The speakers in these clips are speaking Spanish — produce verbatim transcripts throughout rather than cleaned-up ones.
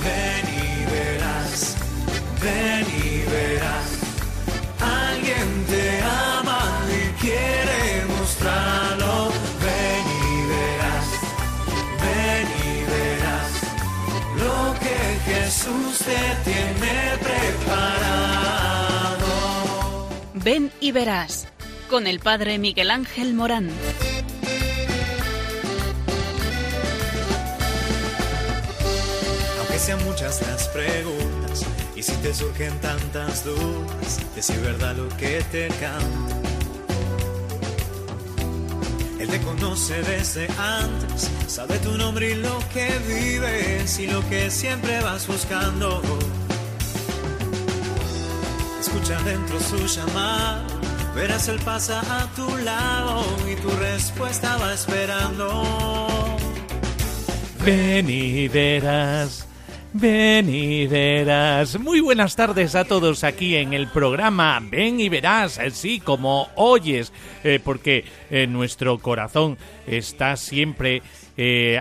ven y verás, ven y verás. Alguien te ama y quiere mostrarlo. Ven y verás, ven y verás lo que Jesús te tiene preparado. Ven y verás, con el Padre Miguel Ángel Morán. Aunque sean muchas las preguntas y si te surgen tantas dudas de si es verdad lo que te canta, Él te conoce desde antes, sabe tu nombre y lo que vives y lo que siempre vas buscando. Escucha dentro su llamado, verás Él pasa a tu lado y tu respuesta va esperando. Ven y verás, ven y verás. Muy buenas tardes a todos aquí en el programa Ven y verás, sí, como oyes, eh, porque eh, nuestro corazón está siempre eh,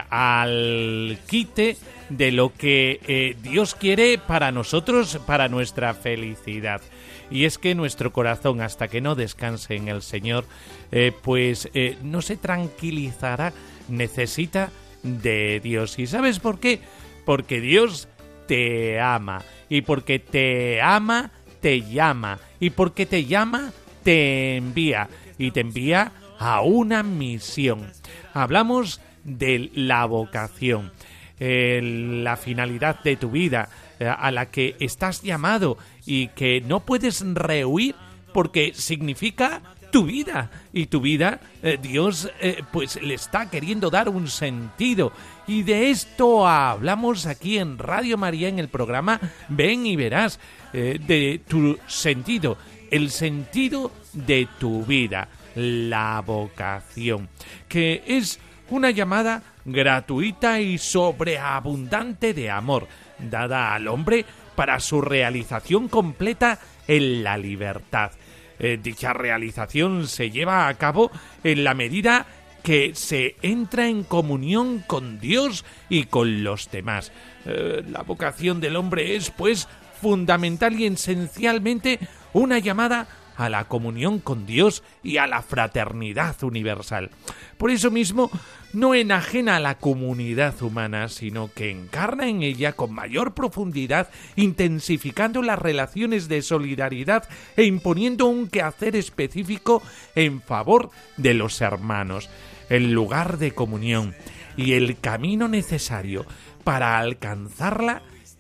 al quite de lo que eh, Dios quiere para nosotros, para nuestra felicidad. Y es que nuestro corazón, hasta que no descanse en el Señor, eh, pues eh, no se tranquilizará, necesita de Dios. ¿Y sabes por qué? Porque Dios te ama, y porque te ama, te llama, y porque te llama, te envía, y te envía a una misión. Hablamos de la vocación, eh, la finalidad de tu vida, eh, a la que estás llamado y que no puedes rehuir porque significa tu vida, y tu vida eh, Dios eh, pues le está queriendo dar un sentido, y de esto hablamos aquí en Radio María en el programa Ven y verás, eh, de tu sentido, el sentido de tu vida, la vocación, que es una llamada gratuita y sobreabundante de amor, dada al hombre para su realización completa en la libertad. Eh, dicha realización se lleva a cabo en la medida que se entra en comunión con Dios y con los demás. Eh, la vocación del hombre es, pues, fundamental y esencialmente una llamada a la comunión con Dios y a la fraternidad universal. Por eso mismo, no enajena a la comunidad humana, sino que encarna en ella con mayor profundidad, intensificando las relaciones de solidaridad e imponiendo un quehacer específico en favor de los hermanos. El lugar de comunión y el camino necesario para alcanzarla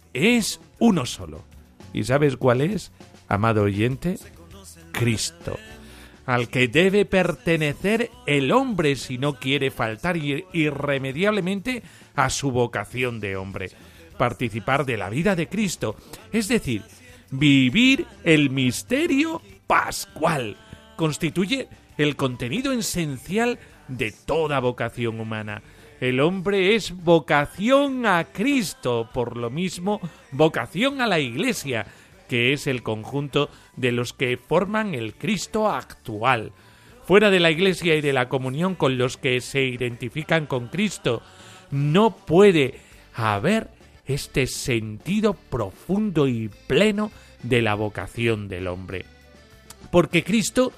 es uno solo. ¿Y sabes cuál es, amado oyente? Cristo, al que debe pertenecer el hombre si no quiere faltar irremediablemente a su vocación de hombre. Participar de la vida de Cristo, es decir, vivir el misterio pascual, constituye el contenido esencial de toda vocación humana. El hombre es vocación a Cristo, por lo mismo, vocación a la Iglesia, que es el conjunto de los que forman el Cristo actual. Fuera de la Iglesia y de la comunión con los que se identifican con Cristo, no puede haber este sentido profundo y pleno de la vocación del hombre. Porque Cristo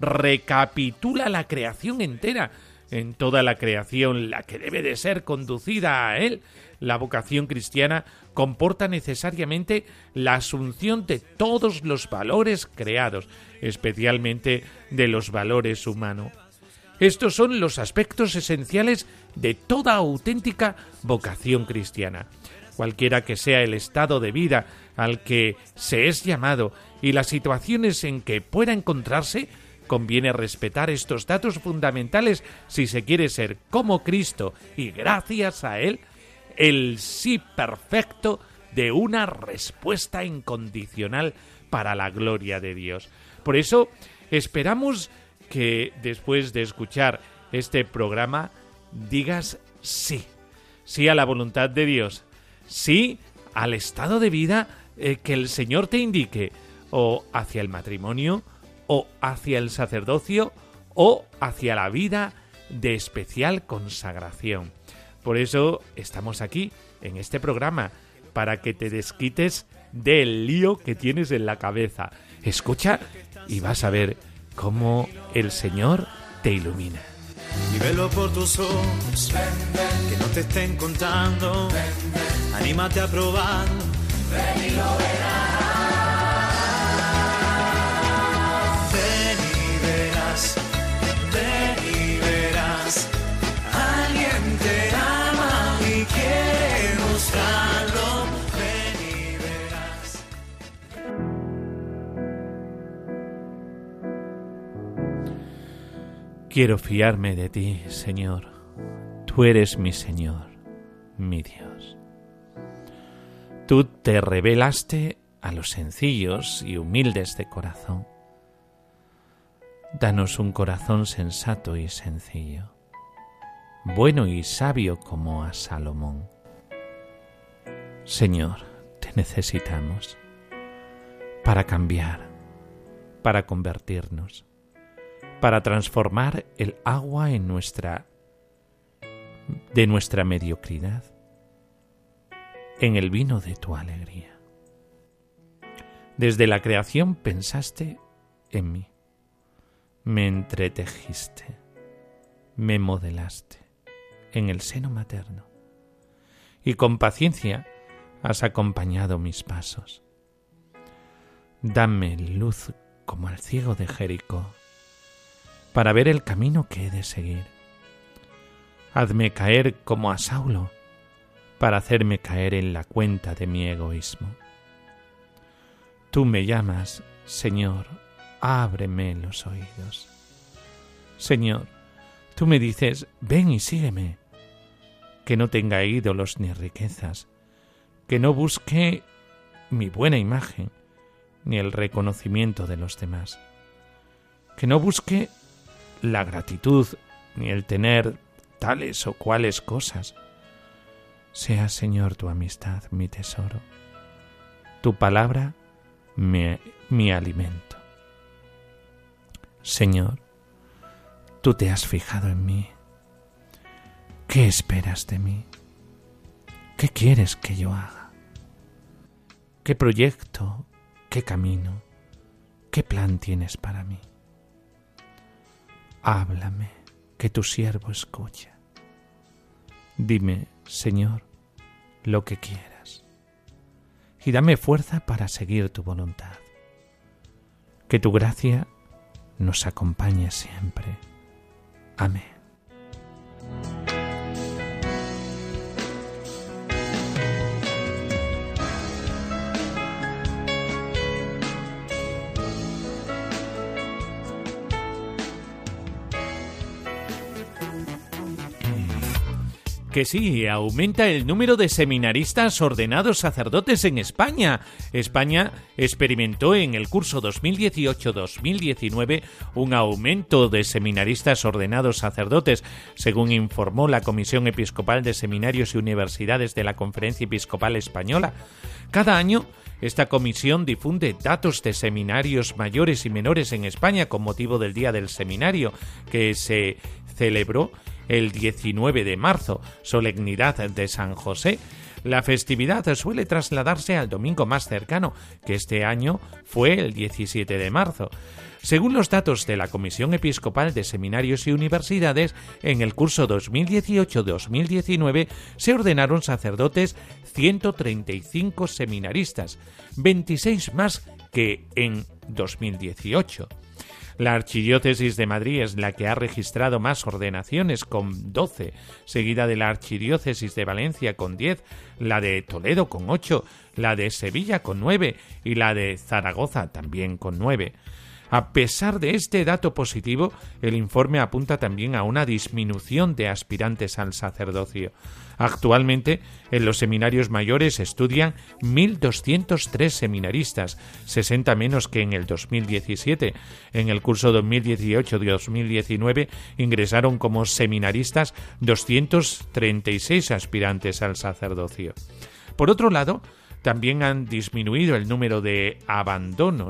recapitula la creación entera. En toda la creación, la que debe de ser conducida a Él, la vocación cristiana comporta necesariamente la asunción de todos los valores creados, especialmente de los valores humanos. Estos son los aspectos esenciales de toda auténtica vocación cristiana. Cualquiera que sea el estado de vida al que se es llamado y las situaciones en que pueda encontrarse, conviene respetar estos datos fundamentales si se quiere ser como Cristo y, gracias a Él, el sí perfecto de una respuesta incondicional para la gloria de Dios. Por eso, esperamos que después de escuchar este programa digas sí, sí a la voluntad de Dios, sí al estado de vida eh, que el Señor te indique, o hacia el matrimonio, o hacia el sacerdocio, o hacia la vida de especial consagración. Por eso estamos aquí, en este programa, para que te desquites del lío que tienes en la cabeza. Escucha y vas a ver cómo el Señor te ilumina. Y velo por tus ojos, que no te estén contando. Anímate a probar, ven y lo verás. Ven y verás, ven y verás. Alguien te ama y quiere mostrarlo. Ven y verás. Quiero fiarme de ti, Señor. Tú eres mi Señor, mi Dios. Tú te revelaste a los sencillos y humildes de corazón. Danos un corazón sensato y sencillo, bueno y sabio como a Salomón. Señor, te necesitamos para cambiar, para convertirnos, para transformar el agua en nuestra, de nuestra mediocridad en el vino de tu alegría. Desde la creación pensaste en mí, me entretejiste, me modelaste en el seno materno y con paciencia has acompañado mis pasos. Dame luz como al ciego de Jericó para ver el camino que he de seguir. Hazme caer como a Saulo para hacerme caer en la cuenta de mi egoísmo. Tú me llamas, Señor, ábreme los oídos. Señor, tú me dices, ven y sígueme, que no tenga ídolos ni riquezas, que no busque mi buena imagen ni el reconocimiento de los demás, que no busque la gratitud ni el tener tales o cuales cosas. Sea, Señor, tu amistad mi tesoro, tu palabra mi, mi alimento. Señor, tú te has fijado en mí. ¿Qué esperas de mí? ¿Qué quieres que yo haga? ¿Qué proyecto, qué camino, qué plan tienes para mí? Háblame, que tu siervo escucha. Dime, Señor, lo que quieras, y dame fuerza para seguir tu voluntad. Que tu gracia nos acompañe siempre. Amén. Que sí, aumenta el número de seminaristas ordenados sacerdotes en España. España experimentó en el curso dos mil dieciocho dos mil diecinueve un aumento de seminaristas ordenados sacerdotes, según informó la Comisión Episcopal de Seminarios y Universidades de la Conferencia Episcopal Española. Cada año, esta comisión difunde datos de seminarios mayores y menores en España con motivo del Día del Seminario, que se celebró el diecinueve de marzo, solemnidad de San José. La festividad suele trasladarse al domingo más cercano, que este año fue el diecisiete de marzo. Según los datos de la Comisión Episcopal de Seminarios y Universidades, en el curso dos mil dieciocho dos mil diecinueve se ordenaron sacerdotes ciento treinta y cinco seminaristas, veintiséis más que en dos mil dieciocho. La Archidiócesis de Madrid es la que ha registrado más ordenaciones, con doce, seguida de la Archidiócesis de Valencia con diez, la de Toledo con ocho, la de Sevilla con nueve y la de Zaragoza también con nueve. A pesar de este dato positivo, el informe apunta también a una disminución de aspirantes al sacerdocio. Actualmente, en los seminarios mayores estudian mil doscientos tres seminaristas, sesenta menos que en el dos mil diecisiete. En el curso dos mil dieciocho dos mil diecinueve ingresaron como seminaristas doscientos treinta y seis aspirantes al sacerdocio. Por otro lado, también han disminuido el número de abandonos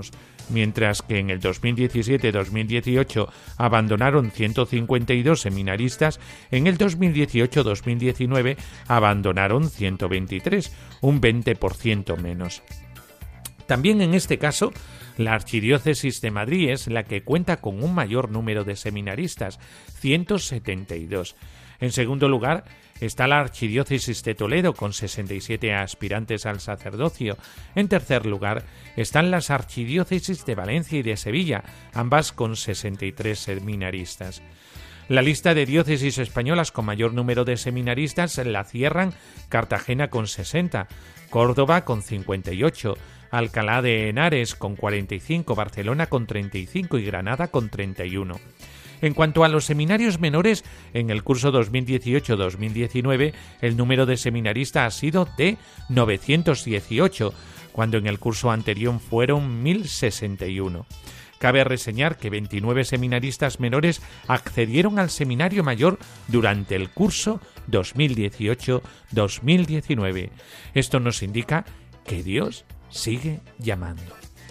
mientras que en el dos mil diecisiete dos mil dieciocho abandonaron ciento cincuenta y dos seminaristas, en el dos mil dieciocho dos mil diecinueve abandonaron ciento veintitrés, un veinte por ciento menos. También en este caso, la Archidiócesis de Madrid es la que cuenta con un mayor número de seminaristas, ciento setenta y dos. En segundo lugar está la Archidiócesis de Toledo, con sesenta y siete aspirantes al sacerdocio. En tercer lugar están las Archidiócesis de Valencia y de Sevilla, ambas con sesenta y tres seminaristas. La lista de diócesis españolas con mayor número de seminaristas la cierran Cartagena con sesenta, Córdoba con cincuenta y ocho, Alcalá de Henares con cuarenta y cinco, Barcelona con treinta y cinco y Granada con treinta y uno. En cuanto a los seminarios menores, en el curso dos mil dieciocho dos mil diecinueve el número de seminaristas ha sido de novecientos dieciocho, cuando en el curso anterior fueron mil sesenta y uno. Cabe reseñar que veintinueve seminaristas menores accedieron al seminario mayor durante el curso dos mil dieciocho dos mil diecinueve. Esto nos indica que Dios sigue llamando.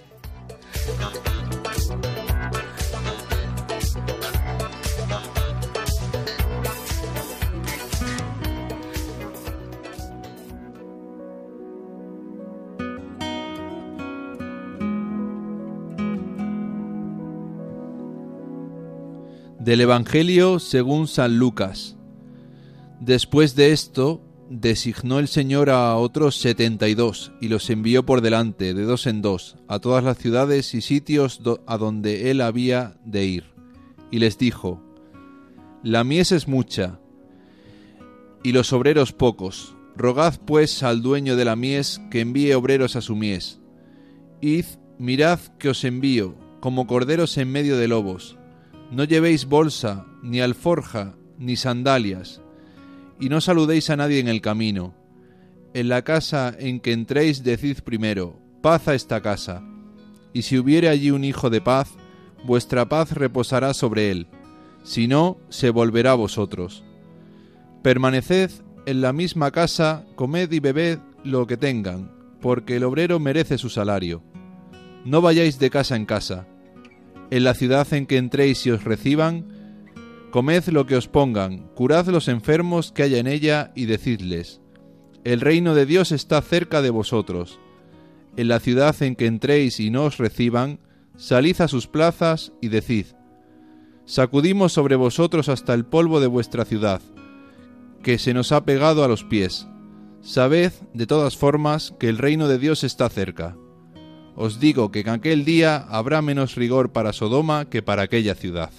Del Evangelio según San Lucas. Después de esto, designó el Señor a otros setenta y dos, y los envió por delante, de dos en dos, a todas las ciudades y sitios do- a donde él había de ir. Y les dijo: La mies es mucha, y los obreros pocos. Rogad pues al dueño de la mies que envíe obreros a su mies. Id, mirad que os envío, como corderos en medio de lobos. No llevéis bolsa, ni alforja, ni sandalias, y no saludéis a nadie en el camino. En la casa en que entréis, decid primero: paz a esta casa. Y si hubiere allí un hijo de paz, vuestra paz reposará sobre él. Si no, se volverá a vosotros. Permaneced en la misma casa, comed y bebed lo que tengan, porque el obrero merece su salario. No vayáis de casa en casa. En la ciudad en que entréis y os reciban, comed lo que os pongan, curad los enfermos que haya en ella y decidles: el reino de Dios está cerca de vosotros. En la ciudad en que entréis y no os reciban, salid a sus plazas y decid: sacudimos sobre vosotros hasta el polvo de vuestra ciudad, que se nos ha pegado a los pies. Sabed, de todas formas, que el reino de Dios está cerca. Os digo que en aquel día habrá menos rigor para Sodoma que para aquella ciudad.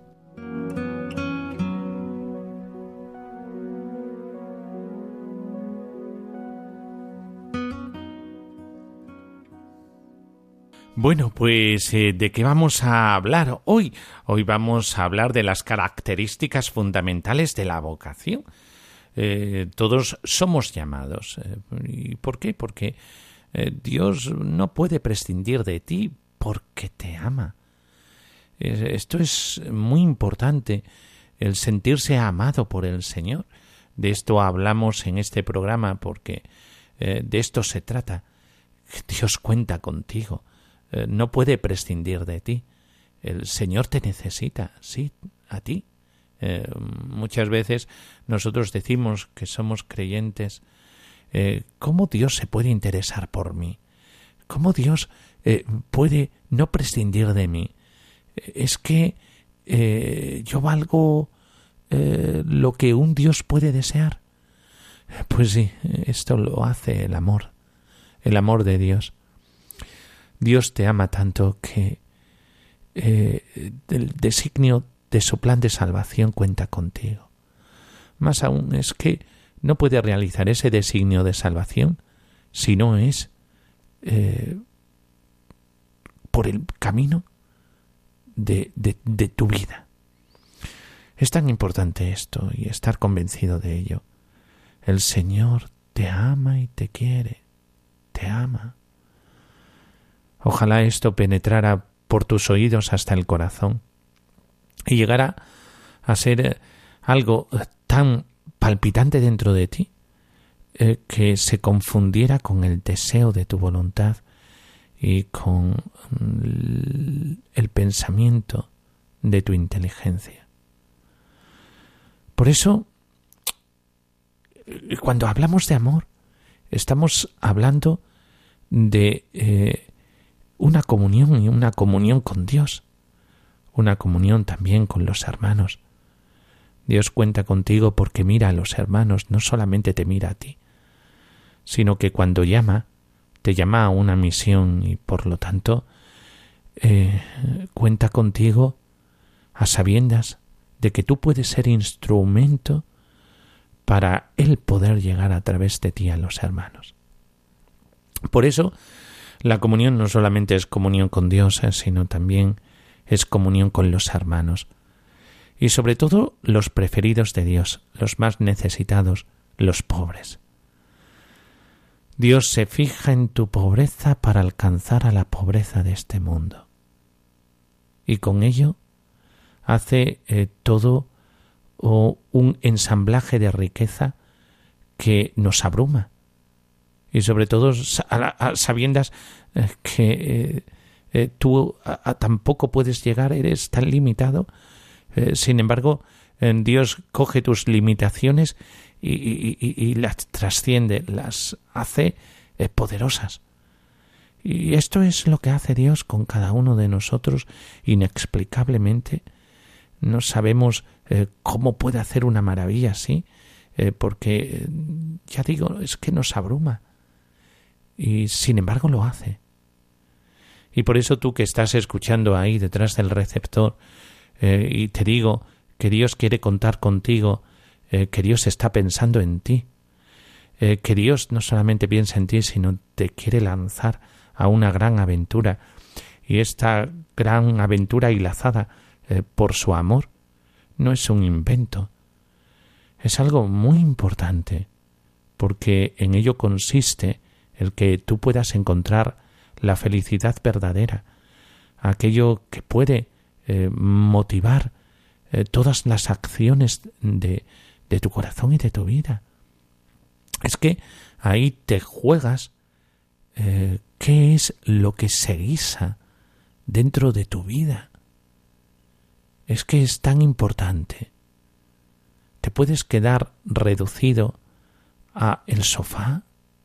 Bueno, pues eh, ¿de qué vamos a hablar hoy? Hoy vamos a hablar de las características fundamentales de la vocación. Eh, todos somos llamados. Eh, ¿Y por qué? Porque eh, Dios no puede prescindir de ti porque te ama. Eh, esto es muy importante, el sentirse amado por el Señor. De esto hablamos en este programa porque eh, de esto se trata. Dios cuenta contigo. Eh, no puede prescindir de ti. El Señor te necesita, sí, a ti. Eh, muchas veces nosotros decimos que somos creyentes. Eh, ¿Cómo Dios se puede interesar por mí? ¿Cómo Dios eh, puede no prescindir de mí? Es que eh, yo valgo eh, lo que un Dios puede desear. Pues sí, esto lo hace el amor, el amor de Dios. Dios te ama tanto que eh, el designio de su plan de salvación cuenta contigo. Más aún es que no puede realizar ese designio de salvación si no es eh, por el camino de, de, de tu vida. Es tan importante esto y estar convencido de ello. El Señor te ama y te quiere, te ama. Ojalá esto penetrara por tus oídos hasta el corazón y llegara a ser algo tan palpitante dentro de ti eh, que se confundiera con el deseo de tu voluntad y con el pensamiento de tu inteligencia. Por eso, cuando hablamos de amor, estamos hablando de eh, una comunión, y una comunión con Dios, una comunión también con los hermanos. Dios cuenta contigo porque mira a los hermanos, no solamente te mira a ti, sino que cuando llama, te llama a una misión y por lo tanto eh, cuenta contigo a sabiendas de que tú puedes ser instrumento para Él poder llegar a través de ti a los hermanos. Por eso, la comunión no solamente es comunión con Dios, eh, sino también es comunión con los hermanos. Y sobre todo los preferidos de Dios, los más necesitados, los pobres. Dios se fija en tu pobreza para alcanzar a la pobreza de este mundo. Y con ello hace eh, todo oh, un ensamblaje de riqueza que nos abruma. Y sobre todo a, a sabiendas eh, que eh, eh, tú a, a tampoco puedes llegar, eres tan limitado. Eh, sin embargo, eh, Dios coge tus limitaciones y, y, y, y las trasciende, las hace eh, poderosas. Y esto es lo que hace Dios con cada uno de nosotros inexplicablemente. No sabemos eh, cómo puede hacer una maravilla así, eh, porque, ya digo, es que nos abruma. Y sin embargo lo hace. Y por eso tú que estás escuchando ahí detrás del receptor, eh, y te digo que Dios quiere contar contigo, eh, que Dios está pensando en ti, eh, que Dios no solamente piensa en ti, sino te quiere lanzar a una gran aventura. Y esta gran aventura hilazada eh, por su amor no es un invento. Es algo muy importante, porque en ello consiste el que tú puedas encontrar la felicidad verdadera, aquello que puede eh, motivar eh, todas las acciones de, de tu corazón y de tu vida. Es que ahí te juegas eh, qué es lo que se guisa dentro de tu vida. Es que es tan importante. Te puedes quedar reducido a el sofá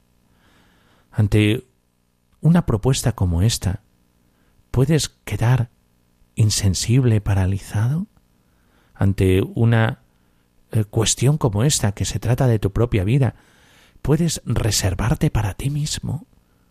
ante una propuesta como esta. ¿Puedes quedar insensible, paralizado ante una eh, cuestión como esta que se trata de tu propia vida? ¿Puedes reservarte para ti mismo?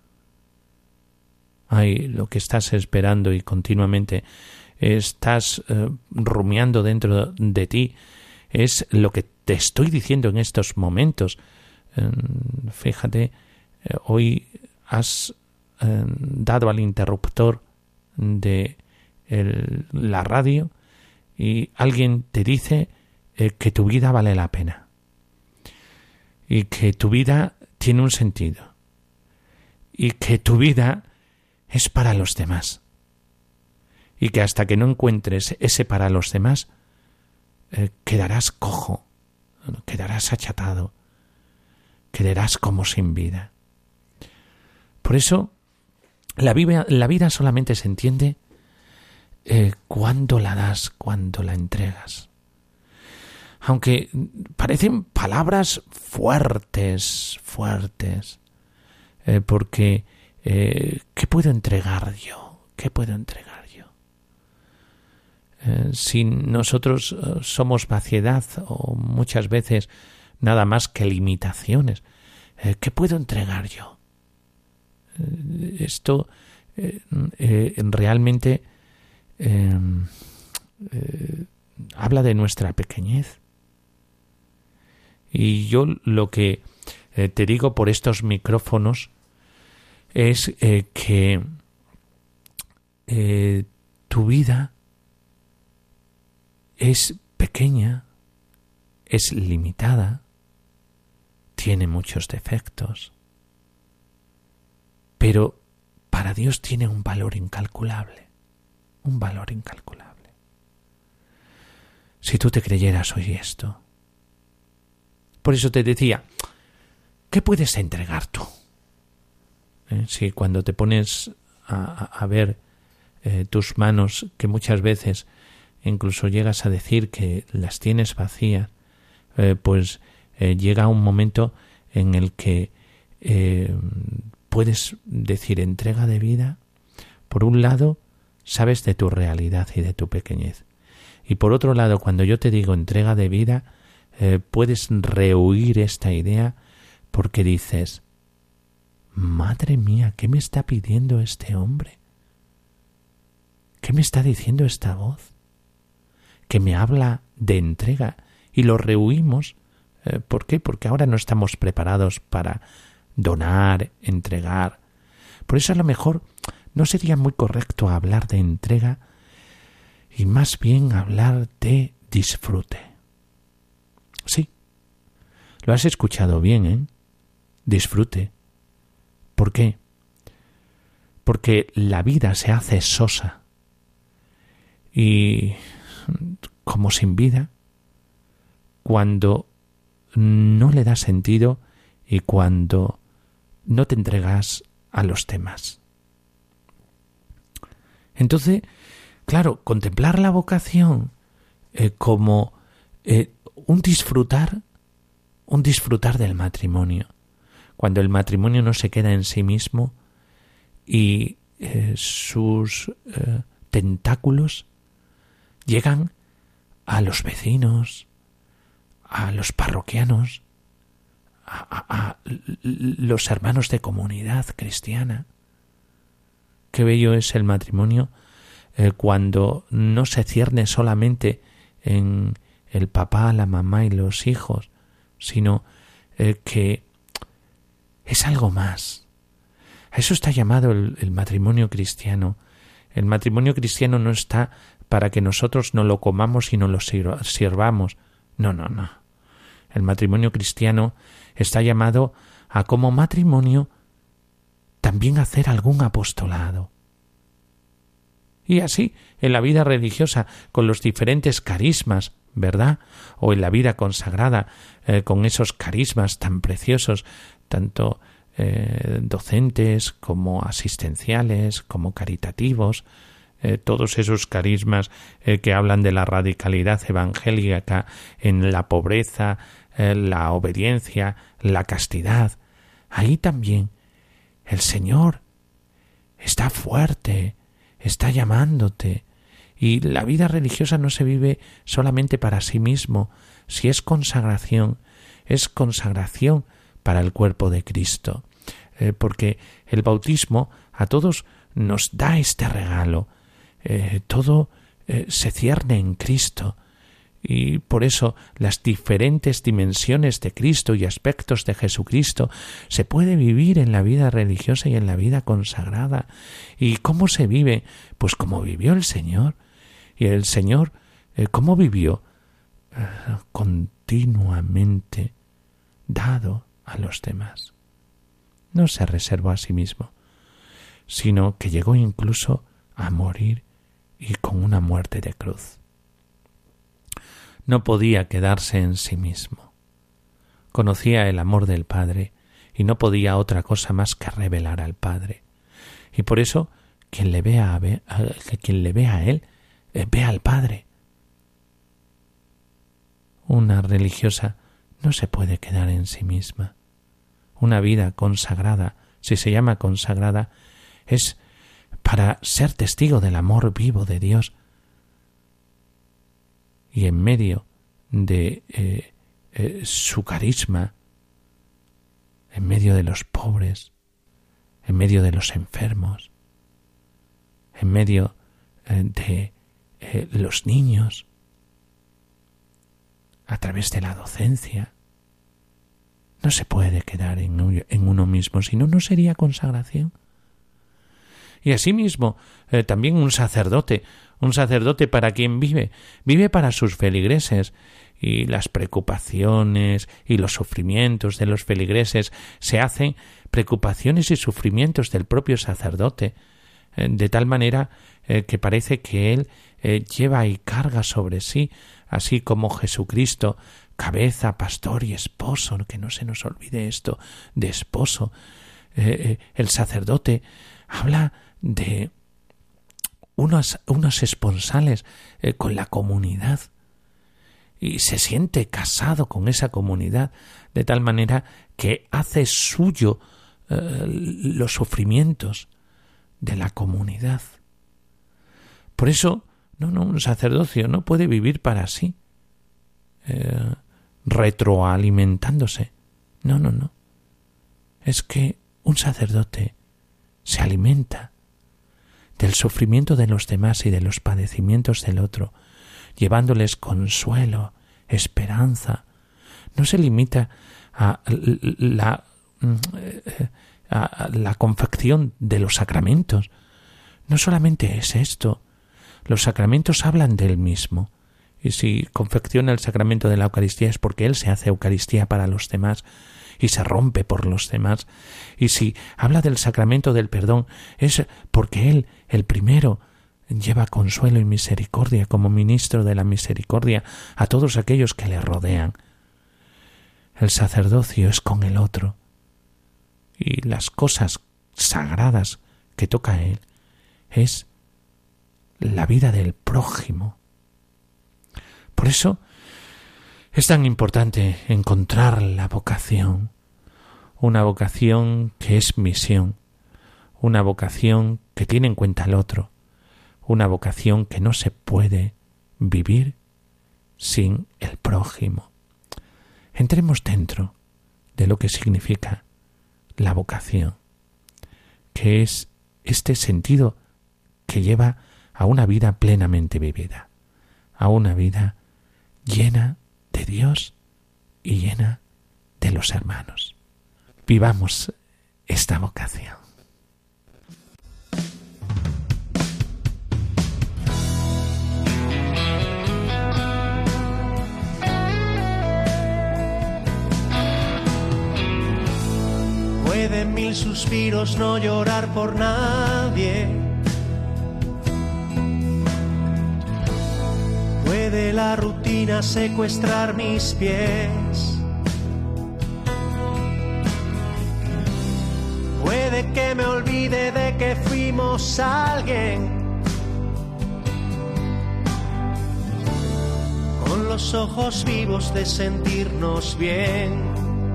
Ay, lo que estás esperando y continuamente estás eh, rumiando dentro de ti es lo que te estoy diciendo en estos momentos. Eh, fíjate, eh, hoy has eh, dado al interruptor de el, la radio y alguien te dice eh, que tu vida vale la pena y que tu vida tiene un sentido y que tu vida es para los demás y que hasta que no encuentres ese para los demás eh, quedarás cojo, quedarás achatado, quedarás como sin vida. Por eso la vida, la vida solamente se entiende eh, cuando la das, cuando la entregas. Aunque parecen palabras fuertes, fuertes, eh, porque eh, ¿qué puedo entregar yo? ¿Qué puedo entregar yo? Eh, si nosotros eh, somos vaciedad o muchas veces nada más que limitaciones, eh, ¿qué puedo entregar yo? Eh, esto eh, eh, realmente eh, eh, habla de nuestra pequeñez. Y yo lo que eh, te digo por estos micrófonos es eh, que eh, tu vida es pequeña, es limitada, tiene muchos defectos, pero para Dios tiene un valor incalculable, un valor incalculable. Si tú te creyeras hoy esto, por eso te decía, ¿qué puedes entregar tú? ¿Eh? Si cuando te pones a, a ver eh, tus manos, que muchas veces incluso llegas a decir que las tienes vacías, eh, pues eh, llega un momento en el que eh, puedes decir entrega de vida. Por un lado, sabes de tu realidad y de tu pequeñez. Y por otro lado, cuando yo te digo entrega de vida, eh, puedes rehuir esta idea porque dices, madre mía, ¿qué me está pidiendo este hombre? ¿Qué me está diciendo esta voz? Que me habla de entrega, y lo rehuimos. Eh, ¿Por qué? Porque ahora no estamos preparados para donar, entregar. Por eso a lo mejor no sería muy correcto hablar de entrega y más bien hablar de disfrute. Sí, lo has escuchado bien, ¿eh? Disfrute. ¿Por qué? Porque la vida se hace sosa y como sin vida cuando no le das sentido y cuando no te entregas a los temas. Entonces, claro, contemplar la vocación eh, como eh, un disfrutar, un disfrutar del matrimonio, cuando el matrimonio no se queda en sí mismo y eh, sus eh, tentáculos llegan a los vecinos, a los parroquianos, a, a, a los hermanos de comunidad cristiana. Qué bello es el matrimonio eh, cuando no se cierne solamente en el papá, la mamá y los hijos, sino eh, que es algo más. A eso está llamado el, el matrimonio cristiano. El matrimonio cristiano no está para que nosotros no lo comamos y no lo sirvamos. No, no, no. El matrimonio cristiano está llamado a, como matrimonio, también hacer algún apostolado. Y así, en la vida religiosa, con los diferentes carismas, ¿verdad? O en la vida consagrada, eh, con esos carismas tan preciosos, tanto eh, docentes como asistenciales, como caritativos, eh, todos esos carismas eh, que hablan de la radicalidad evangélica en la pobreza, eh, la obediencia, la castidad. Ahí también el Señor está fuerte, está llamándote. Y la vida religiosa no se vive solamente para sí mismo. Si es consagración, es consagración para el cuerpo de Cristo. Eh, porque el bautismo a todos nos da este regalo. Eh, todo eh, se cierne en Cristo. Y por eso las diferentes dimensiones de Cristo y aspectos de Jesucristo se puede vivir en la vida religiosa y en la vida consagrada. ¿Y cómo se vive? Pues como vivió el Señor. Y el Señor, eh, ¿cómo vivió? Eh, continuamente dado a los demás. No se reservó a sí mismo, sino que llegó incluso a morir y con una muerte de cruz. No podía quedarse en sí mismo. Conocía el amor del Padre y no podía otra cosa más que revelar al Padre. Y por eso, quien le vea a, ver, a, quien le vea a Él, eh, ve al Padre. Una religiosa no se puede quedar en sí misma. Una vida consagrada, si se llama consagrada, es para ser testigo del amor vivo de Dios. Y en medio de eh, eh, su carisma, en medio de los pobres, en medio de los enfermos, en medio eh, de eh, los niños, a través de la docencia. No se puede quedar en, en uno mismo, si no, no sería consagración. Y asimismo, eh, también un sacerdote, un sacerdote para quien vive, vive para sus feligreses, y las preocupaciones y los sufrimientos de los feligreses se hacen preocupaciones y sufrimientos del propio sacerdote, eh, de tal manera eh, que parece que él eh, lleva y carga sobre sí, así como Jesucristo, cabeza, pastor y esposo, que no se nos olvide esto de esposo. Eh, eh, el sacerdote habla de unos, unos esponsales eh, con la comunidad, y se siente casado con esa comunidad, de tal manera que hace suyo eh, los sufrimientos de la comunidad. Por eso, no, no, un sacerdocio no puede vivir para sí, eh, retroalimentándose. No, no, no. Es que un sacerdote se alimenta del sufrimiento de los demás y de los padecimientos del otro, llevándoles consuelo, esperanza. No se limita a la, a la confección de los sacramentos. No solamente es esto. Los sacramentos hablan de él mismo. Y si confecciona el sacramento de la Eucaristía es porque él se hace Eucaristía para los demás y se rompe por los demás. Y si habla del sacramento del perdón es porque él, el primero, lleva consuelo y misericordia como ministro de la misericordia a todos aquellos que le rodean. El sacerdocio es con el otro, y las cosas sagradas que toca a él es la vida del prójimo. Por eso es tan importante encontrar la vocación, una vocación que es misión, una vocación que tiene en cuenta al otro, una vocación que no se puede vivir sin el prójimo. Entremos dentro de lo que significa la vocación, que es este sentido que lleva a una vida plenamente vivida, a una vida llena de Dios y llena de los hermanos. Vivamos esta vocación. Pueden mil suspiros no llorar por nadie. Puede la rutina secuestrar mis pies. Puede que me olvide de que fuimos alguien. Con los ojos vivos de sentirnos bien.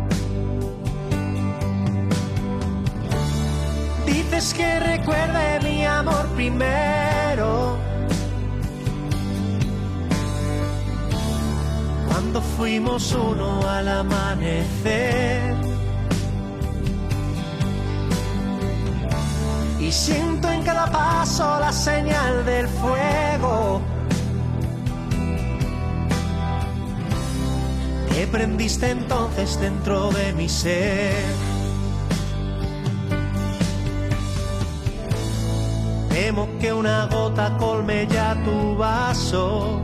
Dices que recuerde mi amor primero, cuando fuimos uno al amanecer. Y siento en cada paso la señal del fuego que prendiste entonces dentro de mi ser. Temo que una gota colme ya tu vaso,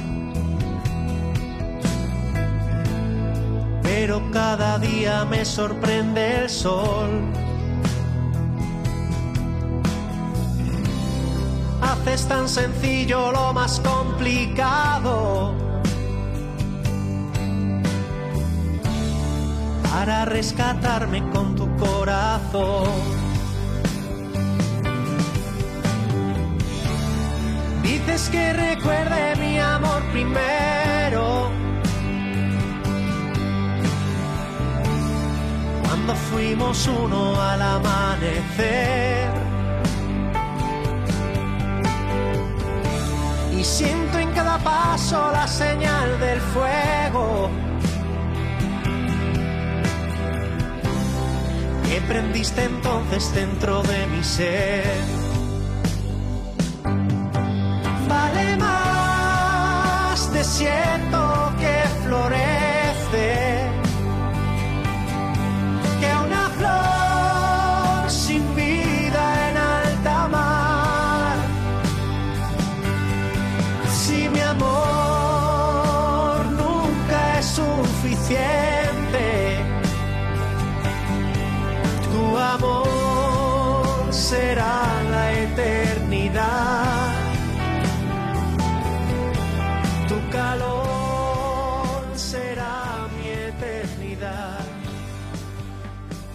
pero cada día me sorprende el sol. Haces tan sencillo lo más complicado para rescatarme con tu corazón. Dices que recuerde mi amor primero, cuando fuimos uno al amanecer. Y siento en cada paso la señal del fuego que prendiste entonces dentro de mi ser. Vale más desierto que florece que una flor sin vida en alta mar. Si mi amor nunca es suficiente, tu amor será la eternidad. Tu calor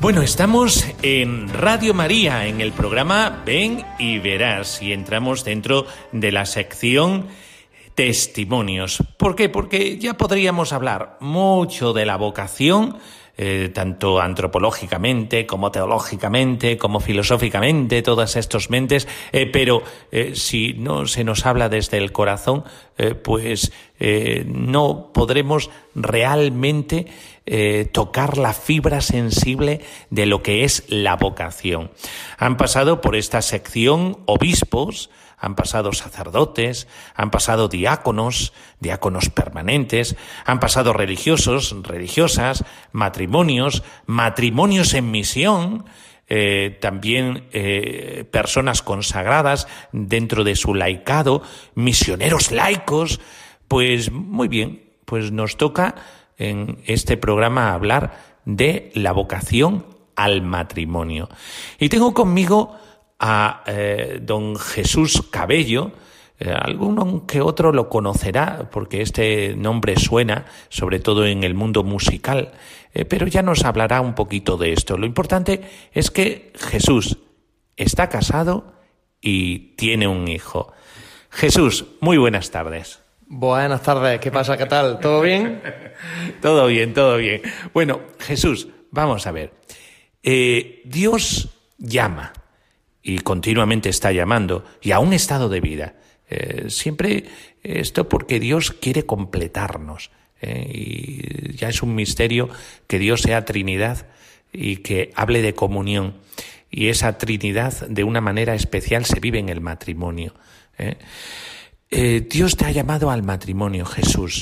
Bueno, estamos en Radio María, en el programa Ven y Verás, y entramos dentro de la sección Testimonios. ¿Por qué? Porque ya podríamos hablar mucho de la vocación, eh, tanto antropológicamente como teológicamente, como filosóficamente, todas estas mentes, eh, pero eh, si no se nos habla desde el corazón, eh, pues eh, no podremos realmente eh, tocar la fibra sensible de lo que es la vocación. Han pasado por esta sección obispos, han pasado sacerdotes, han pasado diáconos, diáconos permanentes, han pasado religiosos, religiosas, matrimonios, matrimonios en misión, eh, también eh, personas consagradas dentro de su laicado, misioneros laicos. Pues muy bien, pues nos toca en este programa hablar de la vocación al matrimonio. Y tengo conmigo a eh, don Jesús Cabello. Eh, alguno que otro lo conocerá porque este nombre suena, sobre todo en el mundo musical, eh, pero ya nos hablará un poquito de esto. Lo importante es que Jesús está casado y tiene un hijo. Jesús, muy buenas tardes. Buenas tardes, ¿qué pasa? ¿Qué tal? ¿Todo bien? Todo bien, todo bien. Bueno, Jesús, vamos a ver. Eh, Dios llama y continuamente está llamando, y a un estado de vida. Eh, siempre esto porque Dios quiere completarnos. Eh, y ya es un misterio que Dios sea Trinidad y que hable de comunión. Y esa Trinidad de una manera especial se vive en el matrimonio. Eh. Eh, Dios te ha llamado al matrimonio, Jesús.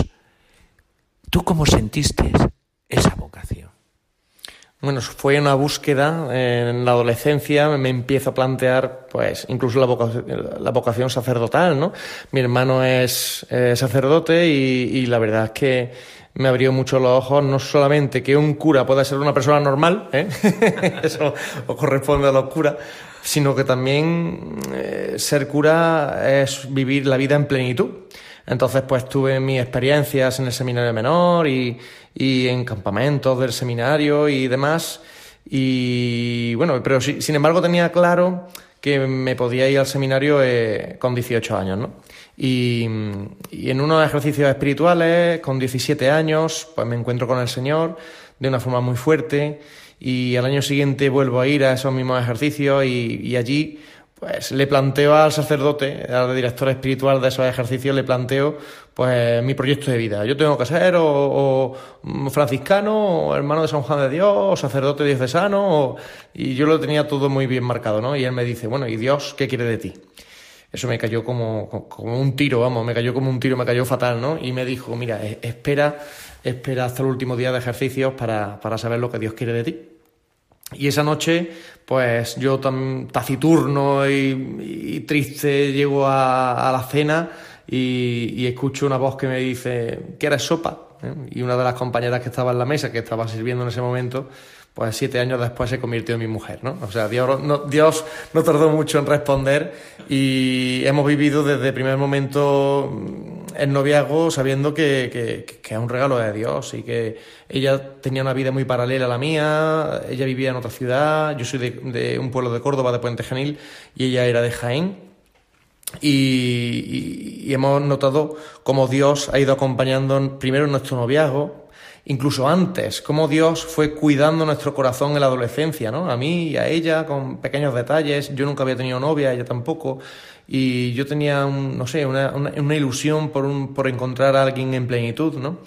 ¿Tú cómo sentiste esa vocación? Bueno, fue una búsqueda. En la adolescencia me empiezo a plantear, pues, incluso la vocación, la vocación sacerdotal, ¿no? Mi hermano es eh, sacerdote y, y la verdad es que me abrió mucho los ojos, no solamente que un cura pueda ser una persona normal, ¿eh? Eso os corresponde a los curas, sino que también eh, ser cura es vivir la vida en plenitud. Entonces, pues tuve mis experiencias en el seminario menor y, y en campamentos del seminario y demás. Y bueno, pero sí, sin embargo tenía claro que me podía ir al seminario eh, con dieciocho años, ¿no? Y, y en unos ejercicios espirituales, con diecisiete años, pues me encuentro con el Señor de una forma muy fuerte. Y al año siguiente vuelvo a ir a esos mismos ejercicios y, y allí pues le planteo al sacerdote, al director espiritual de esos ejercicios, le planteo pues mi proyecto de vida. Yo tengo que ser o, o franciscano, o hermano de San Juan de Dios, o sacerdote diocesano, o, y yo lo tenía todo muy bien marcado, ¿no? Y él me dice, bueno, ¿y Dios qué quiere de ti? Eso me cayó como, como un tiro, vamos, me cayó como un tiro, me cayó fatal, ¿no? Y me dijo, mira, espera, espera hasta el último día de ejercicios para, para saber lo que Dios quiere de ti. Y esa noche, pues yo tan taciturno y, y triste llego a, a la cena y, y escucho una voz que me dice, ¿quieres sopa? ¿Eh? Y una de las compañeras que estaba en la mesa, que estaba sirviendo en ese momento, pues siete años después se convirtió en mi mujer, ¿no? O sea, Dios no, Dios no tardó mucho en responder y hemos vivido desde el primer momento el noviazgo sabiendo que, que, que es un regalo de Dios y que ella tenía una vida muy paralela a la mía, ella vivía en otra ciudad, yo soy de, de un pueblo de Córdoba, de Puente Genil, y ella era de Jaén. Y, y, y hemos notado cómo Dios ha ido acompañando primero en nuestro noviazgo, incluso antes, cómo Dios fue cuidando nuestro corazón en la adolescencia, ¿no? A mí y a ella, con pequeños detalles. Yo nunca había tenido novia, ella tampoco, y yo tenía, un, no sé, una, una, una ilusión por, un, por encontrar a alguien en plenitud, ¿no?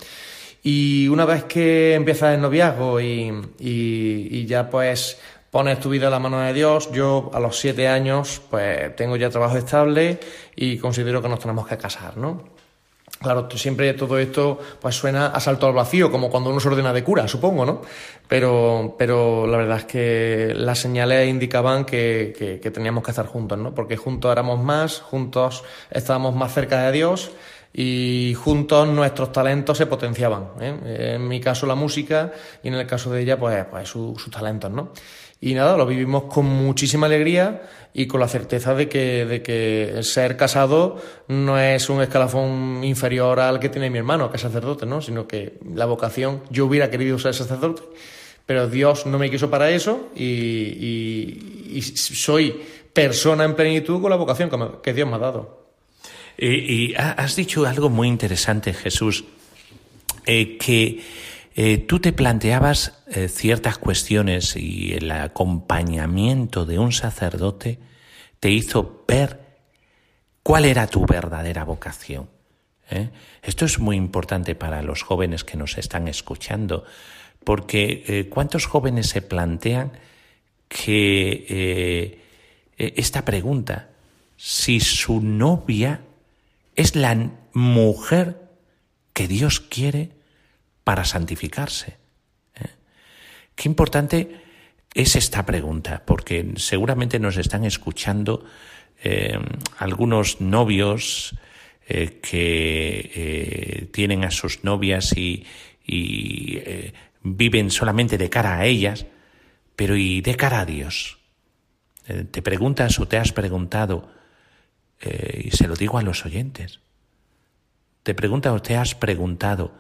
Y una vez que empiezas el noviazgo y, y, y ya pues pones tu vida en la mano de Dios, yo a los siete años pues tengo ya trabajo estable y considero que nos tenemos que casar, ¿no? Claro, siempre todo esto pues suena a salto al vacío, como cuando uno se ordena de cura, supongo, ¿no? Pero, pero la verdad es que las señales indicaban que, que, que teníamos que estar juntos, ¿no? Porque juntos éramos más, juntos estábamos más cerca de Dios y juntos nuestros talentos se potenciaban, ¿eh? En mi caso la música y en el caso de ella pues, pues su, sus talentos, ¿no? Y nada, lo vivimos con muchísima alegría y con la certeza de que, de que ser casado no es un escalafón inferior al que tiene mi hermano, que es sacerdote, ¿no? Sino que la vocación, yo hubiera querido ser sacerdote, Pero Dios no me quiso para eso y, y, y soy persona en plenitud con la vocación que, me, que Dios me ha dado. Y, y has dicho algo muy interesante, Jesús, eh, que eh, tú te planteabas eh, ciertas cuestiones y el acompañamiento de un sacerdote te hizo ver cuál era tu verdadera vocación. ¿eh? Esto es muy importante para los jóvenes que nos están escuchando, porque eh, ¿cuántos jóvenes se plantean que eh, esta pregunta, si su novia es la mujer que Dios quiere para santificarse? ¿eh? Qué importante es esta pregunta, porque seguramente nos están escuchando eh, algunos novios eh, que eh, tienen a sus novias y, y eh, viven solamente de cara a ellas, pero ¿y de cara a Dios? Eh, te preguntas o te has preguntado, eh, y se lo digo a los oyentes, te preguntas o te has preguntado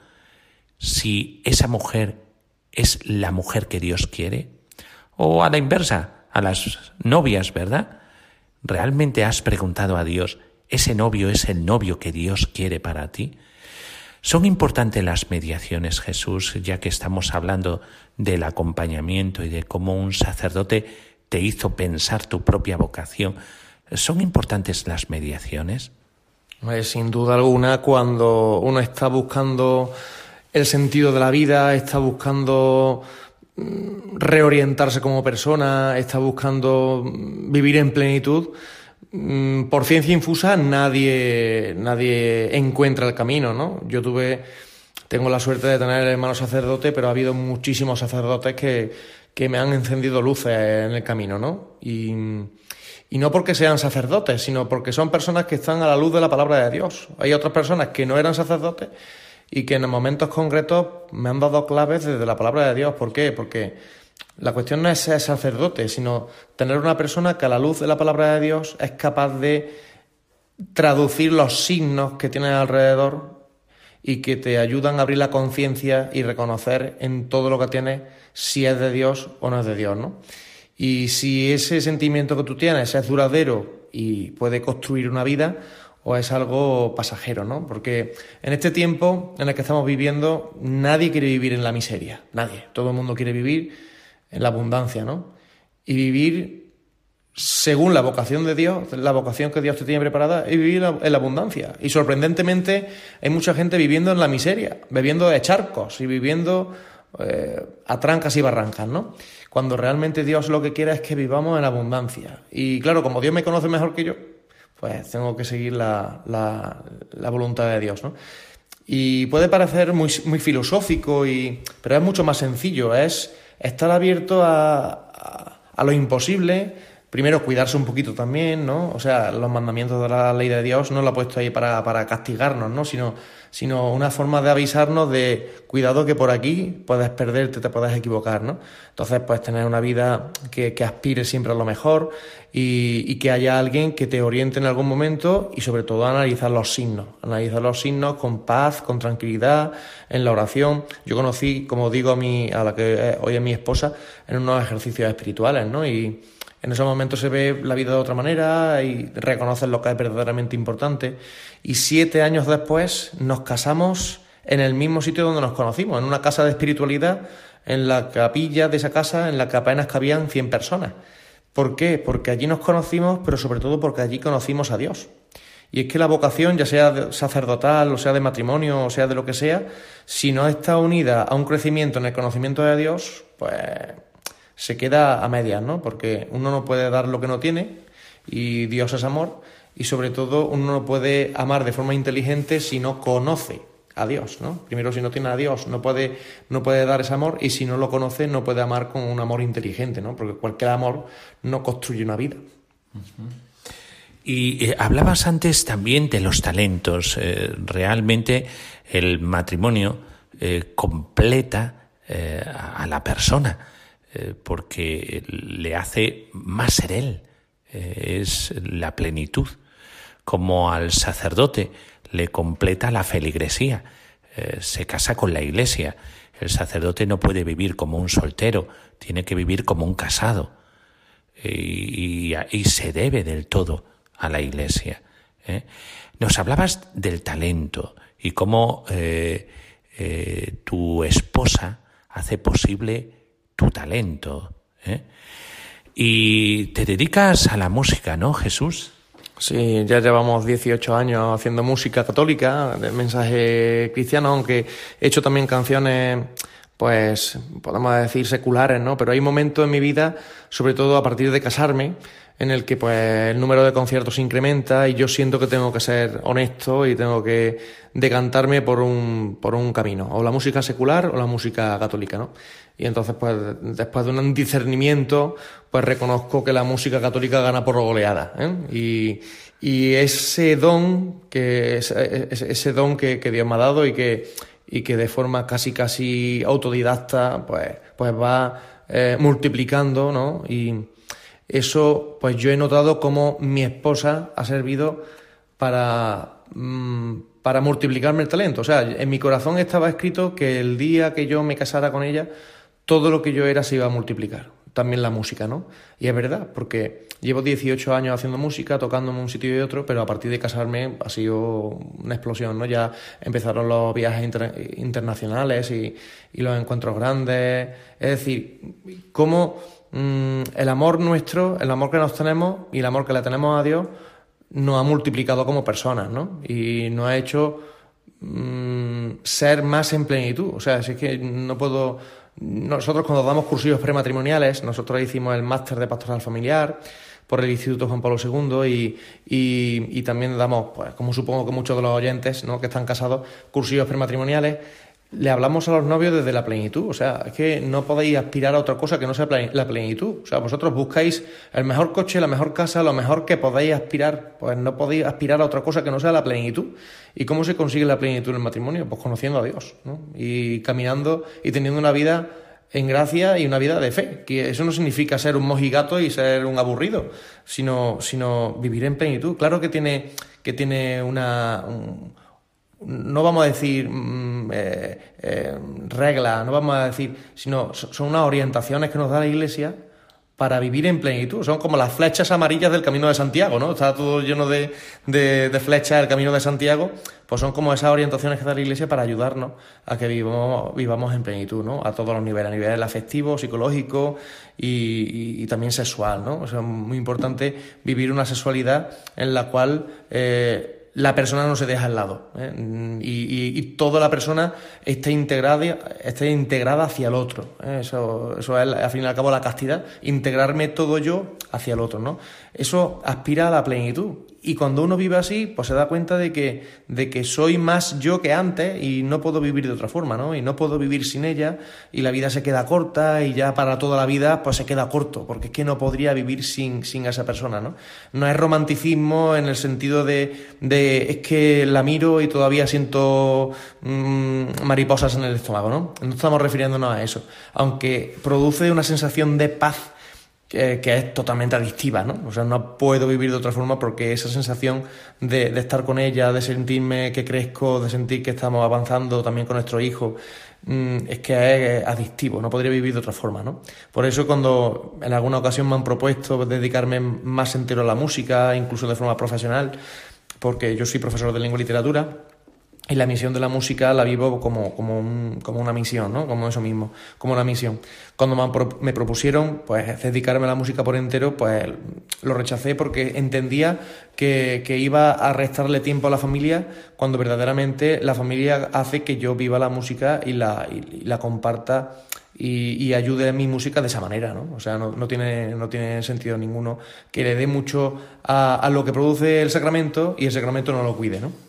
si esa mujer es la mujer que Dios quiere, o a la inversa, a las novias, ¿verdad? ¿Realmente has preguntado a Dios, ese novio es el novio que Dios quiere para ti? Son importantes las mediaciones, Jesús, ya que estamos hablando del acompañamiento y de cómo un sacerdote te hizo pensar tu propia vocación. ¿Son importantes las mediaciones? Pues, sin duda alguna, cuando uno está buscando el sentido de la vida, está buscando reorientarse como persona, está buscando vivir en plenitud, por ciencia infusa nadie nadie encuentra el camino, ¿no? Yo tuve tengo la suerte de tener hermano sacerdote, pero ha habido muchísimos sacerdotes que, que me han encendido luces en el camino, ¿no? Y, y no porque sean sacerdotes, sino porque son personas que están a la luz de la palabra de Dios. Hay otras personas que no eran sacerdotes y que en momentos concretos me han dado claves desde la palabra de Dios. ¿Por qué? Porque la cuestión no es ser sacerdote, sino tener una persona que a la luz de la palabra de Dios es capaz de traducir los signos que tienes alrededor y que te ayudan a abrir la conciencia y reconocer en todo lo que tienes si es de Dios o no es de Dios, ¿no? Y si ese sentimiento que tú tienes es duradero y puede construir una vida, o es algo pasajero, ¿no? Porque en este tiempo en el que estamos viviendo, nadie quiere vivir en la miseria, nadie. Todo el mundo quiere vivir en la abundancia, ¿no? Y vivir según la vocación de Dios, la vocación que Dios te tiene preparada, es vivir en la abundancia. Y sorprendentemente hay mucha gente viviendo en la miseria, bebiendo de charcos y viviendo eh, a trancas y barrancas, ¿no? Cuando realmente Dios lo que quiere es que vivamos en abundancia. Y claro, como Dios me conoce mejor que yo, pues tengo que seguir la, la, la voluntad de Dios, ¿no? Y puede parecer muy, muy filosófico, y, pero es mucho más sencillo, es estar abierto a, a, a lo imposible. Primero, cuidarse un poquito también, ¿no? O sea, los mandamientos de la ley de Dios no lo ha puesto ahí para, para castigarnos, ¿no? Sino, sino una forma de avisarnos de cuidado que por aquí puedes perderte, te puedes equivocar, ¿no? Entonces, pues tener una vida que, que aspire siempre a lo mejor y, y que haya alguien que te oriente en algún momento y sobre todo analizar los signos, analizar los signos con paz, con tranquilidad, en la oración. Yo conocí, como digo, a, mi, a la que hoy es mi esposa, en unos ejercicios espirituales, ¿no? Y en esos momentos se ve la vida de otra manera y reconoces lo que es verdaderamente importante. Y siete años después nos casamos en el mismo sitio donde nos conocimos, en una casa de espiritualidad, en la capilla de esa casa en la que apenas cabían cien personas. ¿Por qué? Porque allí nos conocimos, pero sobre todo porque allí conocimos a Dios. Y es que la vocación, ya sea sacerdotal, o sea de matrimonio, o sea de lo que sea, si no está unida a un crecimiento en el conocimiento de Dios, pues se queda a medias, ¿no? Porque uno no puede dar lo que no tiene y Dios es amor, y sobre todo uno no puede amar de forma inteligente si no conoce a Dios, ¿no? Primero, si no tiene a Dios, no puede, no puede dar ese amor, y si no lo conoce, no puede amar con un amor inteligente, ¿no? Porque cualquier amor no construye una vida. Uh-huh. Y eh, hablabas antes también de los talentos. Eh, realmente el matrimonio eh, completa eh, a la persona, eh, porque le hace más ser él, eh, es la plenitud. Como al sacerdote le completa la feligresía, eh, se casa con la iglesia. El sacerdote no puede vivir como un soltero, tiene que vivir como un casado. Y, y, y se debe del todo a la Iglesia. ¿eh? Nos hablabas del talento y cómo eh, eh, tu esposa hace posible tu talento. ¿eh? Y te dedicas a la música, ¿no, Jesús? Sí, ya llevamos dieciocho años haciendo música católica, de mensaje cristiano, aunque he hecho también canciones, pues, podemos decir seculares, ¿no? Pero hay momentos en mi vida, sobre todo a partir de casarme, en el que pues el número de conciertos se incrementa y yo siento que tengo que ser honesto y tengo que decantarme por un, por un camino, o la música secular o la música católica, ¿no? Y entonces, pues, después de un discernimiento, pues reconozco que la música católica gana por goleada, ¿eh? Y, y ese don, que ese, ese don que, que Dios me ha dado y que, y que de forma casi casi autodidacta, pues, pues va eh, multiplicando, ¿no? Y eso, pues yo he notado cómo mi esposa ha servido para, mmm, para multiplicarme el talento. O sea, en mi corazón estaba escrito que el día que yo me casara con ella, todo lo que yo era se iba a multiplicar, también la música, ¿no? Y es verdad, porque llevo dieciocho años haciendo música, tocando en un sitio y otro, pero a partir de casarme ha sido una explosión, ¿no? Ya empezaron los viajes inter- internacionales y, y los encuentros grandes. Es decir, cómo mmm, el amor nuestro, el amor que nos tenemos y el amor que le tenemos a Dios nos ha multiplicado como personas, ¿no? Y nos ha hecho mmm, ser más en plenitud. O sea, si es que no puedo... Nosotros cuando damos cursillos prematrimoniales, nosotros hicimos el máster de pastoral familiar por el Instituto Juan Pablo segundo y, y, y también damos, pues, como supongo que muchos de los oyentes, ¿no?, que están casados, cursillos prematrimoniales. Le hablamos a los novios desde la plenitud. O sea, es que no podéis aspirar a otra cosa que no sea la plenitud. O sea, vosotros buscáis el mejor coche, la mejor casa, lo mejor que podéis aspirar. Pues no podéis aspirar a otra cosa que no sea la plenitud. ¿Y cómo se consigue la plenitud en el matrimonio? Pues conociendo a Dios, ¿no? Y caminando y teniendo una vida en gracia y una vida de fe. Que eso no significa ser un mojigato y ser un aburrido, sino, sino vivir en plenitud. Claro que tiene, que tiene una... Un, no vamos a decir mm, eh, eh, reglas, no vamos a decir, sino son unas orientaciones que nos da la Iglesia para vivir en plenitud. Son como las flechas amarillas del Camino de Santiago, ¿no? Está todo lleno de, de, de flechas del Camino de Santiago. Pues son como esas orientaciones que da la Iglesia para ayudarnos a que vivamos, vivamos en plenitud, ¿no? A todos los niveles, a nivel afectivo, psicológico y, y, y también sexual, ¿no? O sea, es muy importante vivir una sexualidad en la cual eh, la persona no se deja al lado, ¿eh? y, y, y toda la persona esté integrada, esté integrada hacia el otro, ¿eh? Eso, eso es, al fin y al cabo, la castidad, integrarme todo yo hacia el otro, ¿no? Eso aspira a la plenitud. Y cuando uno vive así, pues se da cuenta de que, de que soy más yo que antes y no puedo vivir de otra forma, ¿no? Y no puedo vivir sin ella y la vida se queda corta y ya para toda la vida pues se queda corto, porque es que no podría vivir sin, sin esa persona, ¿no? No es romanticismo en el sentido de, de es que la miro y todavía siento mmm, mariposas en el estómago, ¿no? No estamos refiriéndonos a eso, aunque produce una sensación de paz Que, que es totalmente adictiva, ¿no? O sea, no puedo vivir de otra forma porque esa sensación de, de estar con ella, de sentirme que crezco, de sentir que estamos avanzando también con nuestro hijo, mmm, es que es adictivo, no podría vivir de otra forma, ¿no? Por eso cuando en alguna ocasión me han propuesto dedicarme más entero a la música, incluso de forma profesional, porque yo soy profesor de lengua y literatura, y la misión de la música la vivo como, como, un, como una misión, ¿no? Como eso mismo, como una misión. Cuando me, me propusieron pues dedicarme a la música por entero, pues lo rechacé porque entendía que, que iba a restarle tiempo a la familia cuando verdaderamente la familia hace que yo viva la música y la, y, y la comparta y, y ayude a mi música de esa manera, ¿no? O sea, no, no, tiene, no tiene sentido ninguno que le dé mucho a, a lo que produce el sacramento y el sacramento no lo cuide, ¿no?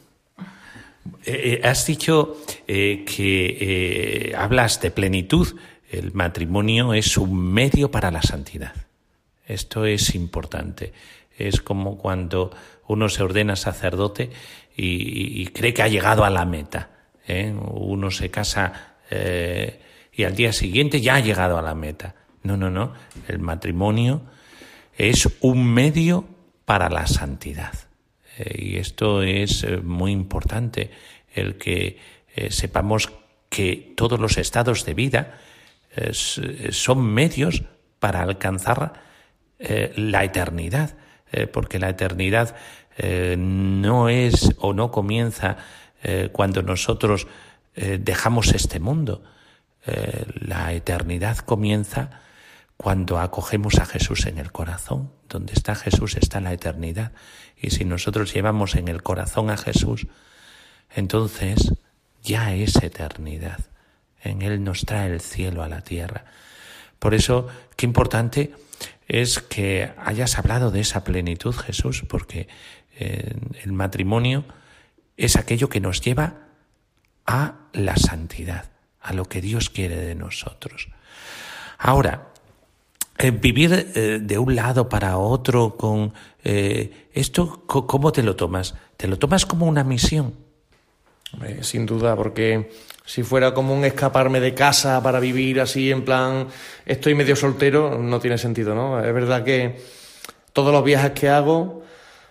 Eh, has dicho eh, que eh, hablas de plenitud. El matrimonio es un medio para la santidad. Esto es importante. Es como cuando uno se ordena sacerdote y, y cree que ha llegado a la meta, ¿eh? Uno se casa eh, y al día siguiente ya ha llegado a la meta. No, no, no. El matrimonio es un medio para la santidad. Y esto es muy importante, el que eh, sepamos que todos los estados de vida eh, son medios para alcanzar eh, la eternidad, eh, porque la eternidad eh, no es o no comienza eh, cuando nosotros eh, dejamos este mundo. Eh, la eternidad comienza cuando acogemos a Jesús en el corazón. Donde está Jesús está la eternidad. Y si nosotros llevamos en el corazón a Jesús, entonces ya es eternidad. En Él nos trae el cielo a la tierra. Por eso, qué importante es que hayas hablado de esa plenitud, Jesús, porque eh, el matrimonio es aquello que nos lleva a la santidad, a lo que Dios quiere de nosotros. Ahora, eh, vivir eh, de un lado para otro con eh, esto, ¿cómo te lo tomas? ¿Te lo tomas como una misión? Hombre, sin duda, porque si fuera como un escaparme de casa para vivir así en plan estoy medio soltero, no tiene sentido, ¿no? Es verdad que todos los viajes que hago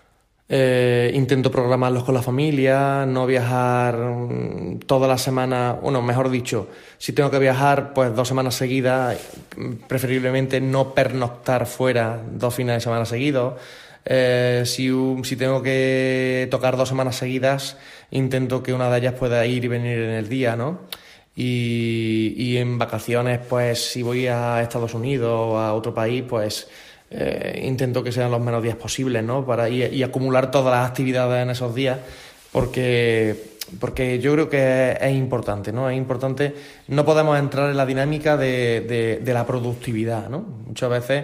eh, intento programarlos con la familia, no viajar toda la semana, bueno, mejor dicho, si tengo que viajar pues dos semanas seguidas, preferiblemente no pernoctar fuera dos fines de semana seguidos. Eh, si, si tengo que tocar dos semanas seguidas, intento que una de ellas pueda ir y venir en el día, ¿no? Y, y en vacaciones, pues si voy a Estados Unidos o a otro país, pues eh, intento que sean los menos días posibles, ¿no? Para y, y acumular todas las actividades en esos días, porque porque yo creo que es, es importante, ¿no? Es importante, no podemos entrar en la dinámica de, de, de la productividad, ¿no? Muchas veces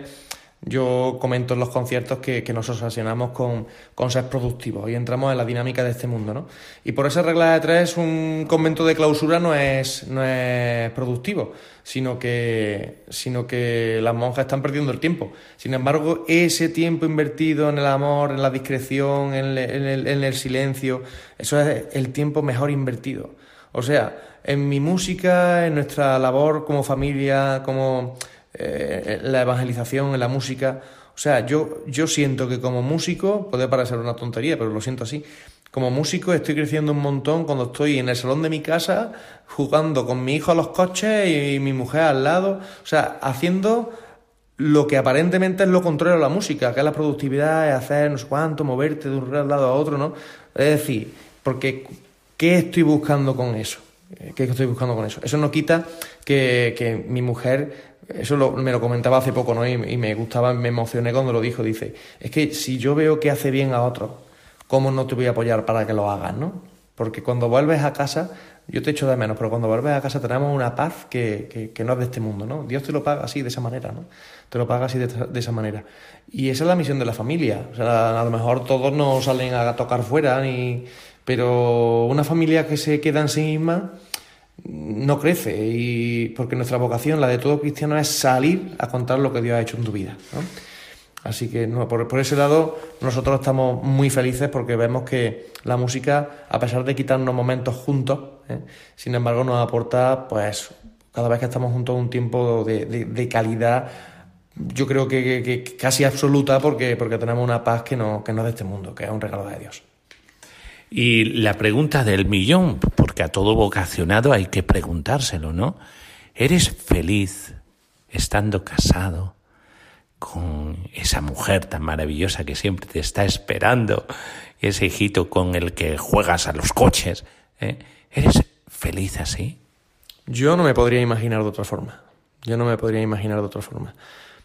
yo comento en los conciertos que, que nos obsesionamos con, con ser productivos y entramos en la dinámica de este mundo, ¿no? Y por esa regla de tres, un convento de clausura no es, no es productivo, sino que, sino que las monjas están perdiendo el tiempo. Sin embargo, ese tiempo invertido en el amor, en la discreción, en el, en el, en el silencio, eso es el tiempo mejor invertido. O sea, en mi música, en nuestra labor como familia, como Eh, la evangelización, en la música. O sea, yo, yo siento que como músico, puede parecer una tontería, pero lo siento así, como músico estoy creciendo un montón cuando estoy en el salón de mi casa jugando con mi hijo a los coches y mi mujer al lado, o sea, haciendo lo que aparentemente es lo contrario a la música, que es la productividad, es hacer no sé cuánto, moverte de un lado a otro, ¿no? Es decir, porque ¿qué estoy buscando con eso? ¿Qué estoy buscando con eso? Eso no quita que, que mi mujer... Eso lo, me lo comentaba hace poco, ¿no? Y, y me gustaba, me emocioné cuando lo dijo. Dice, es que si yo veo que hace bien a otro, ¿cómo no te voy a apoyar para que lo hagas, no? Porque cuando vuelves a casa, yo te echo de menos, pero cuando vuelves a casa tenemos una paz que, que, que no es de este mundo, ¿no? Dios te lo paga así, de esa manera, ¿no? Te lo paga así, de, de esa manera. Y esa es la misión de la familia. O sea, a lo mejor todos no salen a tocar fuera, ni... pero una familia que se queda en sí misma no crece, y porque nuestra vocación, la de todo cristiano, es salir a contar lo que Dios ha hecho en tu vida, ¿no? Así que no, por, por ese lado nosotros estamos muy felices porque vemos que la música, a pesar de quitarnos momentos juntos, ¿eh? sin embargo nos aporta, pues cada vez que estamos juntos, un tiempo de, de, de calidad, yo creo que, que, que casi absoluta, porque, porque tenemos una paz que no, que no es de este mundo, que es un regalo de Dios. Y la pregunta del millón, porque a todo vocacionado hay que preguntárselo, ¿no? ¿Eres feliz estando casado con esa mujer tan maravillosa que siempre te está esperando, ese hijito con el que juegas a los coches? ¿Eh? ¿Eres feliz así? Yo no me podría imaginar de otra forma. Yo no me podría imaginar de otra forma.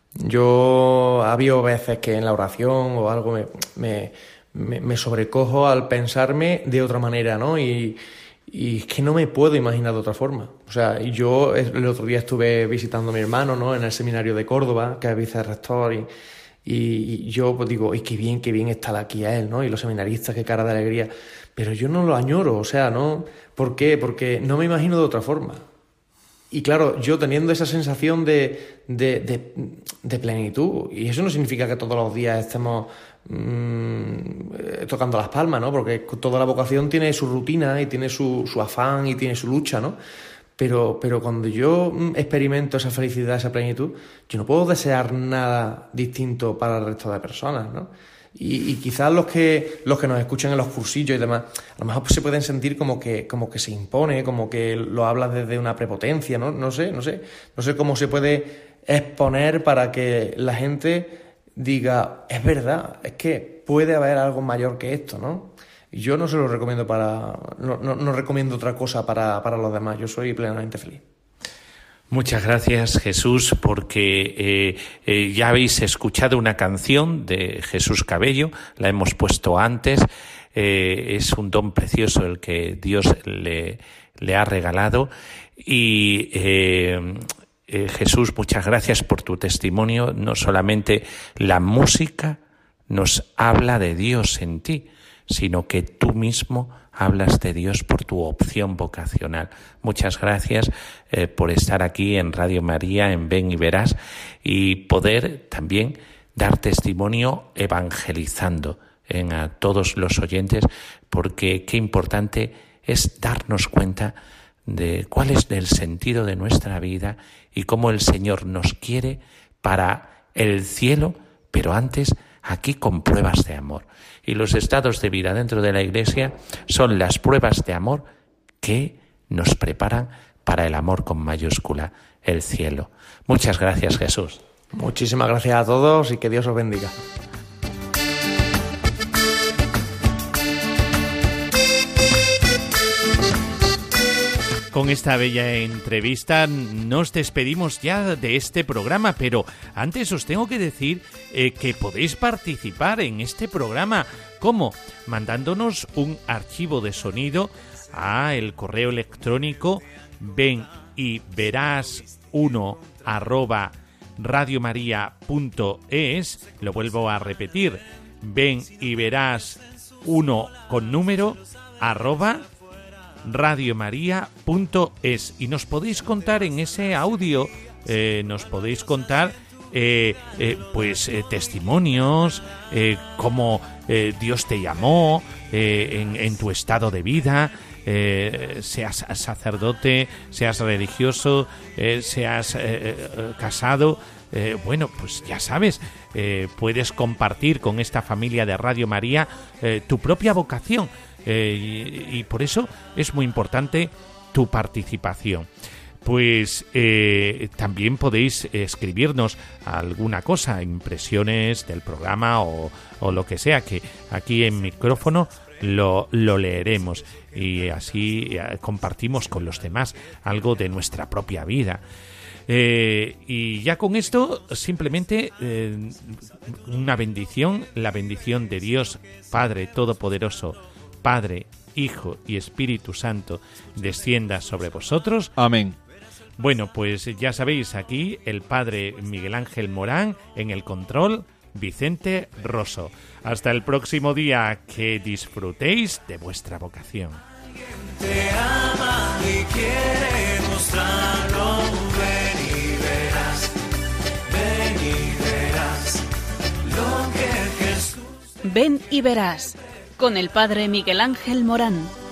Yo ha habido veces que en la oración o algo me... me Me, me sobrecojo al pensarme de otra manera, ¿no? Y, y es que no me puedo imaginar de otra forma. O sea, yo el otro día estuve visitando a mi hermano, ¿no? En el seminario de Córdoba, que es vicerrector, y, y, y yo pues digo, ¡ay, qué bien, qué bien está aquí a él, ¿no? Y los seminaristas, qué cara de alegría. Pero yo no lo añoro, o sea, ¿no? ¿Por qué? Porque no me imagino de otra forma. Y claro, yo teniendo esa sensación de, de, de, de plenitud, y eso no significa que todos los días estemos mmm, tocando las palmas, ¿no? Porque toda la vocación tiene su rutina y tiene su, su afán y tiene su lucha, ¿no? Pero, pero cuando yo experimento esa felicidad, esa plenitud, yo no puedo desear nada distinto para el resto de personas, ¿no? Y, y quizás los que los que nos escuchan en los cursillos y demás, a lo mejor se pueden sentir como que como que se impone, como que lo hablas desde una prepotencia, ¿no? No sé, no sé, no sé cómo se puede exponer para que la gente diga, es verdad, es que puede haber algo mayor que esto, ¿no? Y yo no se lo recomiendo para, no, no, no recomiendo otra cosa para, para los demás. Yo soy plenamente feliz. Muchas gracias, Jesús, porque eh, eh, ya habéis escuchado una canción de Jesús Cabello, la hemos puesto antes, eh, es un don precioso el que Dios le, le ha regalado y eh, eh, Jesús, muchas gracias por tu testimonio. No solamente la música nos habla de Dios en ti, sino que tú mismo hablas de Dios por tu opción vocacional. Muchas gracias eh, por estar aquí en Radio María, en Ven y Verás, y poder también dar testimonio evangelizando en a todos los oyentes, porque qué importante es darnos cuenta de cuál es el sentido de nuestra vida y cómo el Señor nos quiere para el cielo, pero antes aquí con pruebas de amor. Y los estados de vida dentro de la Iglesia son las pruebas de amor que nos preparan para el amor con mayúscula, el cielo. Muchas gracias, Jesús. Muchísimas gracias a todos y que Dios os bendiga. Con esta bella entrevista nos despedimos ya de este programa, pero antes os tengo que decir eh, que podéis participar en este programa. ¿Cómo? Mandándonos un archivo de sonido a el correo electrónico ven y verás uno arroba radiomaria punto es. Lo vuelvo a repetir, ven y verás uno con número arroba radiomaria punto es, y nos podéis contar en ese audio, eh, nos podéis contar eh, eh, pues eh, testimonios, eh, cómo eh, Dios te llamó eh, en, en tu estado de vida, eh, seas sacerdote, seas religioso, eh, seas eh, eh, casado. Eh, bueno, pues ya sabes, eh, puedes compartir con esta familia de Radio María eh, tu propia vocación. Eh, y, y por eso es muy importante tu participación. Pues eh, también podéis escribirnos alguna cosa, impresiones del programa o, o lo que sea, que aquí en micrófono lo, lo leeremos y así eh, compartimos con los demás algo de nuestra propia vida. Eh, y ya con esto, simplemente eh, una bendición, la bendición de Dios Padre Todopoderoso, Padre, Hijo y Espíritu Santo, descienda sobre vosotros. Amén. Bueno, pues ya sabéis, aquí el Padre Miguel Ángel Morán, en el control, Vicente Rosso. Hasta el próximo día, que disfrutéis de vuestra vocación. Te ama y quiere mostrarlo. Ven y verás, ven y verás lo que Jesús. Ven y verás, con el Padre Miguel Ángel Morán.